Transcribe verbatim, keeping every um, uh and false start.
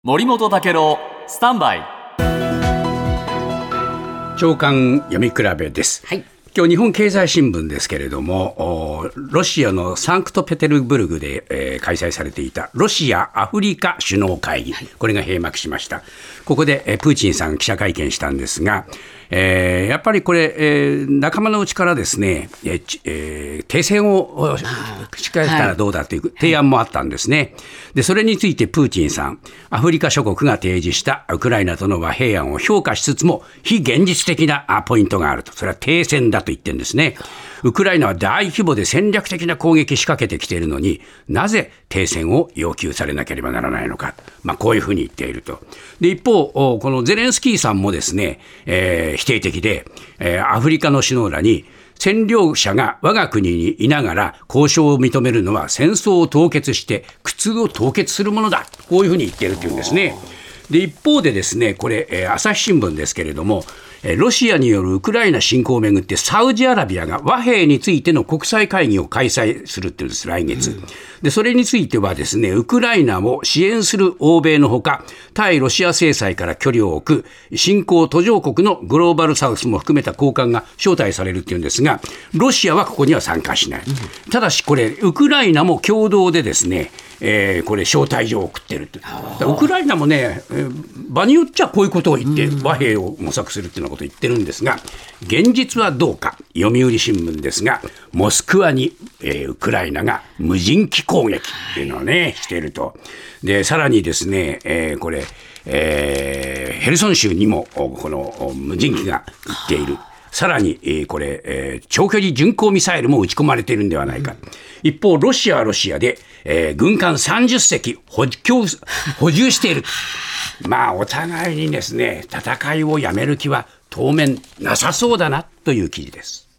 森本武郎スタンバイ朝刊読み比べです、 はい、 今日日本経済新聞ですけれども、ロシアのサンクトペテルブルグで、えー、開催されていたロシア・アフリカ首脳会議、はい、これが閉幕しました。ここで、えー、プーチンさん記者会見したんですが、えー、やっぱりこれ、えー、仲間のうちからですね、えーえー、停戦をしっかりしたらどうだという提案もあったんですね。でそれについてプーチンさん、アフリカ諸国が提示したウクライナとの和平案を評価しつつも、非現実的なポイントがあると。それは停戦だと言ってるんですね。ウクライナは大規模で戦略的な攻撃仕掛けてきているのに、なぜ停戦を要求されなければならないのか、まあ、こういうふうに言っていると。で一方このゼレンスキーさんもですね、えー、否定的で、えー、アフリカの首脳らに、占領者が我が国にいながら交渉を認めるのは戦争を凍結して苦痛を凍結するものだ、こういうふうに言っているというんですね。で一方でですね、これ、えー、朝日新聞ですけれども、ロシアによるウクライナ侵攻をめぐってサウジアラビアが和平についての国際会議を開催するっていうんです、来月。でそれについてはですね、ウクライナを支援する欧米のほか、対ロシア制裁から距離を置く新興途上国のグローバルサウスも含めた高官が招待されるっていうんですが、ロシアはここには参加しない。ただしこれウクライナも共同でですね、えー、これ招待状を送ってるって。ウクライナもね、えー、場によっちゃこういうことを言って和平を模索するっていうようなことを言ってるんですが、現実はどうか。読売新聞ですが、モスクワに、えー、ウクライナが無人機攻撃っていうのをねしていると。でさらにですね、えー、これ、えー、ヘルソン州にもこの無人機が行っている。さらに、えー、これ、えー、長距離巡航ミサイルも撃ち込まれているんではないか。一方ロシアはロシアで、えー、軍艦さんじゅっせき補給、補充している。まあお互いにですね、戦いをやめる気は当面なさそうだなという記事です。